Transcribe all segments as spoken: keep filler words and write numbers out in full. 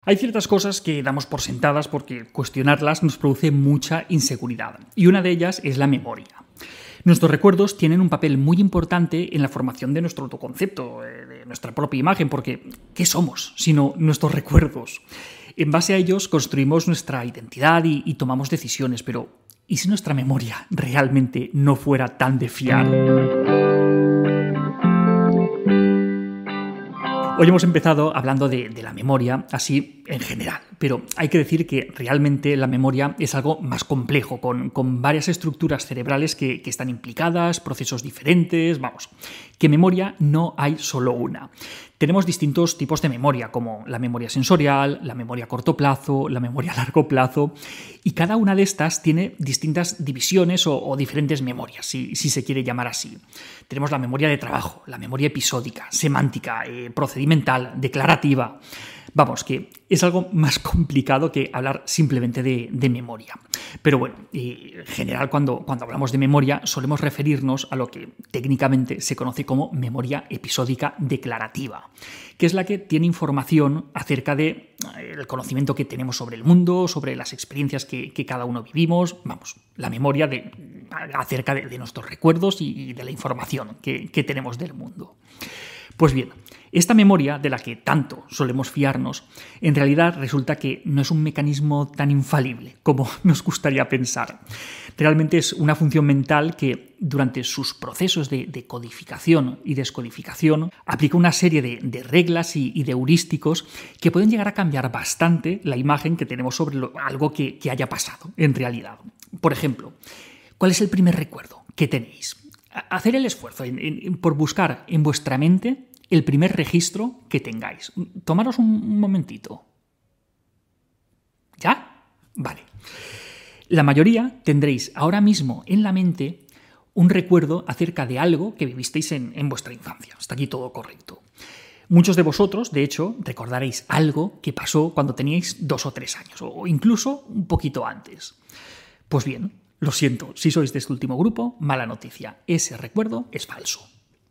Hay ciertas cosas que damos por sentadas porque cuestionarlas nos produce mucha inseguridad, y una de ellas es la memoria. Nuestros recuerdos tienen un papel muy importante en la formación de nuestro autoconcepto, de nuestra propia imagen, porque ¿qué somos sino nuestros recuerdos? En base a ellos construimos nuestra identidad y, y tomamos decisiones, pero ¿y si nuestra memoria realmente no fuera tan de fiar? Hoy hemos empezado hablando de, de la memoria, así en general, pero hay que decir que realmente la memoria es algo más complejo, con, con varias estructuras cerebrales que, que están implicadas, procesos diferentes, vamos, que memoria no hay solo una. Tenemos distintos tipos de memoria, como la memoria sensorial, la memoria a corto plazo, la memoria a largo plazo, y cada una de estas tiene distintas divisiones o, o diferentes memorias, si, si se quiere llamar así. Tenemos la memoria de trabajo, la memoria episódica, semántica, eh, procedimental, declarativa. Vamos, que es algo más complicado que hablar simplemente de, de memoria. Pero bueno, en general cuando, cuando hablamos de memoria solemos referirnos a lo que técnicamente se conoce como memoria episódica declarativa, que es la que tiene información acerca del conocimiento que tenemos sobre el mundo, sobre las experiencias que, que cada uno vivimos, vamos, la memoria de, acerca de, de nuestros recuerdos y, y de la información que, que tenemos del mundo. Pues bien, esta memoria de la que tanto solemos fiarnos, en realidad resulta que no es un mecanismo tan infalible como nos gustaría pensar. Realmente es una función mental que, durante sus procesos de, de codificación y descodificación, aplica una serie de, de reglas y, y de heurísticos que pueden llegar a cambiar bastante la imagen que tenemos sobre lo, algo que, que haya pasado en realidad. Por ejemplo, ¿cuál es el primer recuerdo que tenéis? Hacer el esfuerzo en, en, por buscar en vuestra mente el primer registro que tengáis. Tomaros un, un momentito. ¿Ya? Vale. La mayoría tendréis ahora mismo en la mente un recuerdo acerca de algo que vivisteis en, en vuestra infancia. Hasta aquí todo correcto. Muchos de vosotros, de hecho, recordaréis algo que pasó cuando teníais dos o tres años, o incluso un poquito antes. Pues bien, lo siento, si sois de este último grupo, mala noticia, ese recuerdo es falso.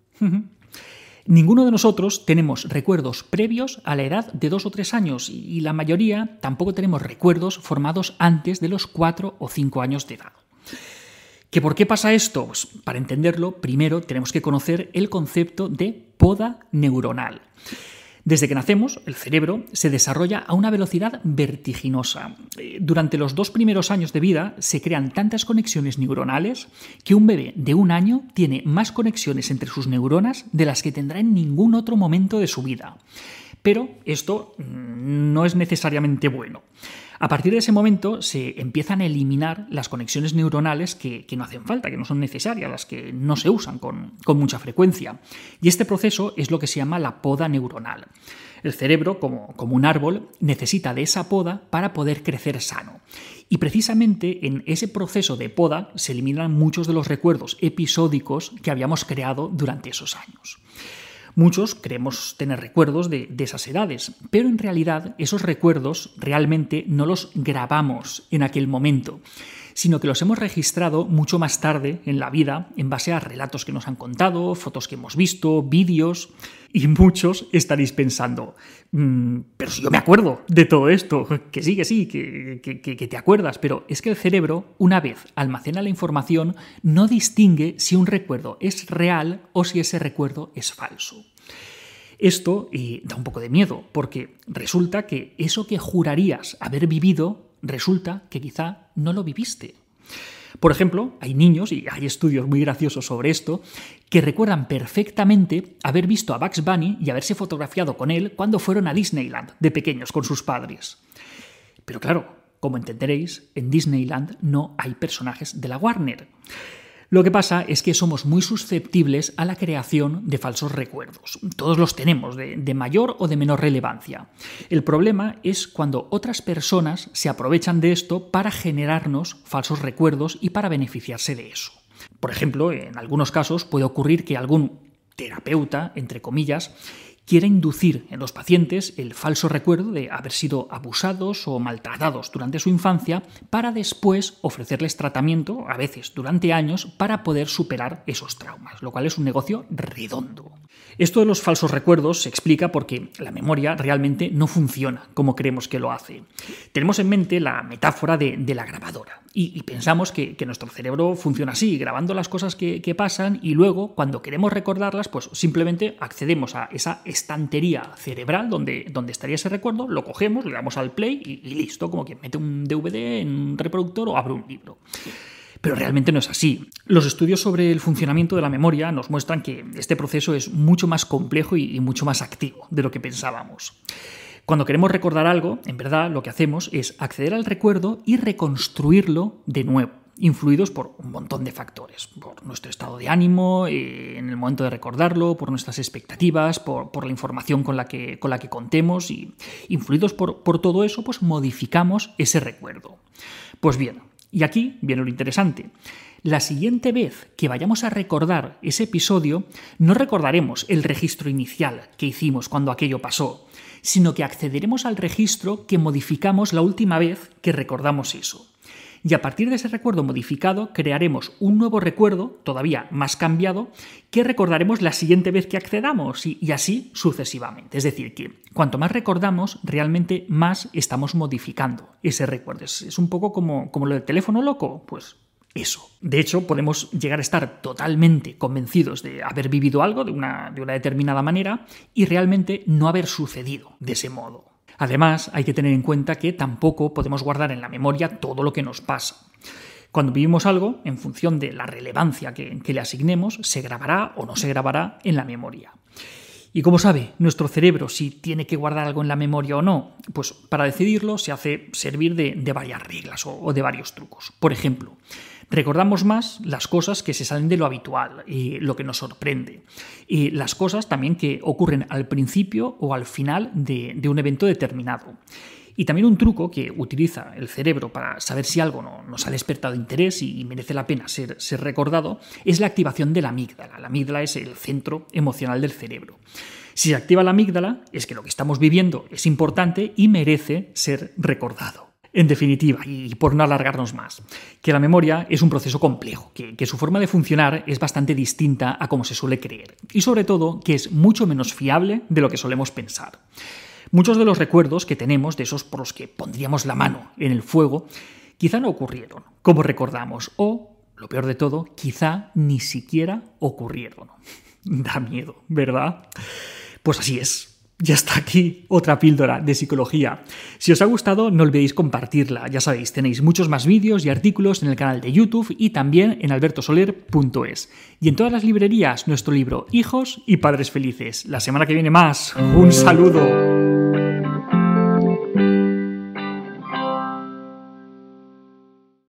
Ninguno de nosotros tenemos recuerdos previos a la edad de dos o tres años y la mayoría tampoco tenemos recuerdos formados antes de los cuatro o cinco años de edad. ¿Que por qué pasa esto? Pues para entenderlo, primero tenemos que conocer el concepto de poda neuronal. Desde que nacemos, el cerebro se desarrolla a una velocidad vertiginosa. Durante los dos primeros años de vida se crean tantas conexiones neuronales que un bebé de un año tiene más conexiones entre sus neuronas de las que tendrá en ningún otro momento de su vida. Pero esto no es necesariamente bueno. A partir de ese momento se empiezan a eliminar las conexiones neuronales que, que no hacen falta, que no son necesarias, las que no se usan con, con mucha frecuencia. Y este proceso es lo que se llama la poda neuronal. El cerebro, como, como un árbol, necesita de esa poda para poder crecer sano. Y precisamente en ese proceso de poda se eliminan muchos de los recuerdos episódicos que habíamos creado durante esos años. Muchos creemos tener recuerdos de, de esas edades, pero en realidad esos recuerdos realmente no los grabamos en aquel momento, sino que los hemos registrado mucho más tarde en la vida en base a relatos que nos han contado, fotos que hemos visto, vídeos, y muchos estaréis pensando, mmm, pero si yo me acuerdo de todo esto, que sí, que sí, que, que, que te acuerdas, pero es que el cerebro, una vez almacena la información, no distingue si un recuerdo es real o si ese recuerdo es falso. Esto eh, da un poco de miedo, porque resulta que eso que jurarías haber vivido, resulta que quizá no lo viviste. Por ejemplo, hay niños, y hay estudios muy graciosos sobre esto, que recuerdan perfectamente haber visto a Bugs Bunny y haberse fotografiado con él cuando fueron a Disneyland de pequeños con sus padres. Pero claro, como entenderéis, en Disneyland no hay personajes de la Warner. Lo que pasa es que somos muy susceptibles a la creación de falsos recuerdos. Todos los tenemos, de, de mayor o de menor relevancia. El problema es cuando otras personas se aprovechan de esto para generarnos falsos recuerdos y para beneficiarse de eso. Por ejemplo, en algunos casos puede ocurrir que algún terapeuta, entre comillas, quiere inducir en los pacientes el falso recuerdo de haber sido abusados o maltratados durante su infancia para después ofrecerles tratamiento, a veces durante años, para poder superar esos traumas, lo cual es un negocio redondo. Esto de los falsos recuerdos se explica porque la memoria realmente no funciona como creemos que lo hace. Tenemos en mente la metáfora de, de la grabadora y, y pensamos que, que nuestro cerebro funciona así, grabando las cosas que, que pasan, y luego, cuando queremos recordarlas, pues simplemente accedemos a esa estantería cerebral donde, donde estaría ese recuerdo, lo cogemos, le damos al play y, y listo, como quien mete un D V D en un reproductor o abre un libro. Pero realmente no es así. Los estudios sobre el funcionamiento de la memoria nos muestran que este proceso es mucho más complejo y mucho más activo de lo que pensábamos. Cuando queremos recordar algo, en verdad lo que hacemos es acceder al recuerdo y reconstruirlo de nuevo, influidos por un montón de factores, por nuestro estado de ánimo eh, en el momento de recordarlo, por nuestras expectativas, por, por la información con la que, con la que contemos, y influidos por, por todo eso, pues modificamos ese recuerdo. Pues bien, y aquí viene lo interesante. La siguiente vez que vayamos a recordar ese episodio, no recordaremos el registro inicial que hicimos cuando aquello pasó, sino que accederemos al registro que modificamos la última vez que recordamos eso. Y a partir de ese recuerdo modificado crearemos un nuevo recuerdo, todavía más cambiado, que recordaremos la siguiente vez que accedamos, y, y así sucesivamente. Es decir, que cuanto más recordamos, realmente más estamos modificando ese recuerdo. Es, es un poco como, como lo del teléfono loco, pues eso. De hecho, podemos llegar a estar totalmente convencidos de haber vivido algo de una, de una determinada manera y realmente no haber sucedido de ese modo. Además, hay que tener en cuenta que tampoco podemos guardar en la memoria todo lo que nos pasa. Cuando vivimos algo, en función de la relevancia que, que le asignemos, se grabará o no se grabará en la memoria. ¿Y cómo sabe nuestro cerebro si tiene que guardar algo en la memoria o no? Pues para decidirlo se hace servir de, de varias reglas o, o de varios trucos. Por ejemplo, recordamos más las cosas que se salen de lo habitual, y lo que nos sorprende, y las cosas también que ocurren al principio o al final de, de un evento determinado. Y también un truco que utiliza el cerebro para saber si algo no, nos ha despertado interés y merece la pena ser, ser recordado es la activación de la amígdala. La amígdala es el centro emocional del cerebro. Si se activa la amígdala, es que lo que estamos viviendo es importante y merece ser recordado. En definitiva, y por no alargarnos más, que la memoria es un proceso complejo, que, que su forma de funcionar es bastante distinta a como se suele creer, y sobre todo que es mucho menos fiable de lo que solemos pensar. Muchos de los recuerdos que tenemos, de esos por los que pondríamos la mano en el fuego, quizá no ocurrieron como recordamos, o, lo peor de todo, quizá ni siquiera ocurrieron. Da miedo, ¿verdad? Pues así es. Ya está aquí otra píldora de psicología. Si os ha gustado, no olvidéis compartirla. Ya sabéis, tenéis muchos más vídeos y artículos en el canal de YouTube y también en alberto soler punto es. Y en todas las librerías, nuestro libro Hijos y Padres Felices. La semana que viene más. ¡Un saludo!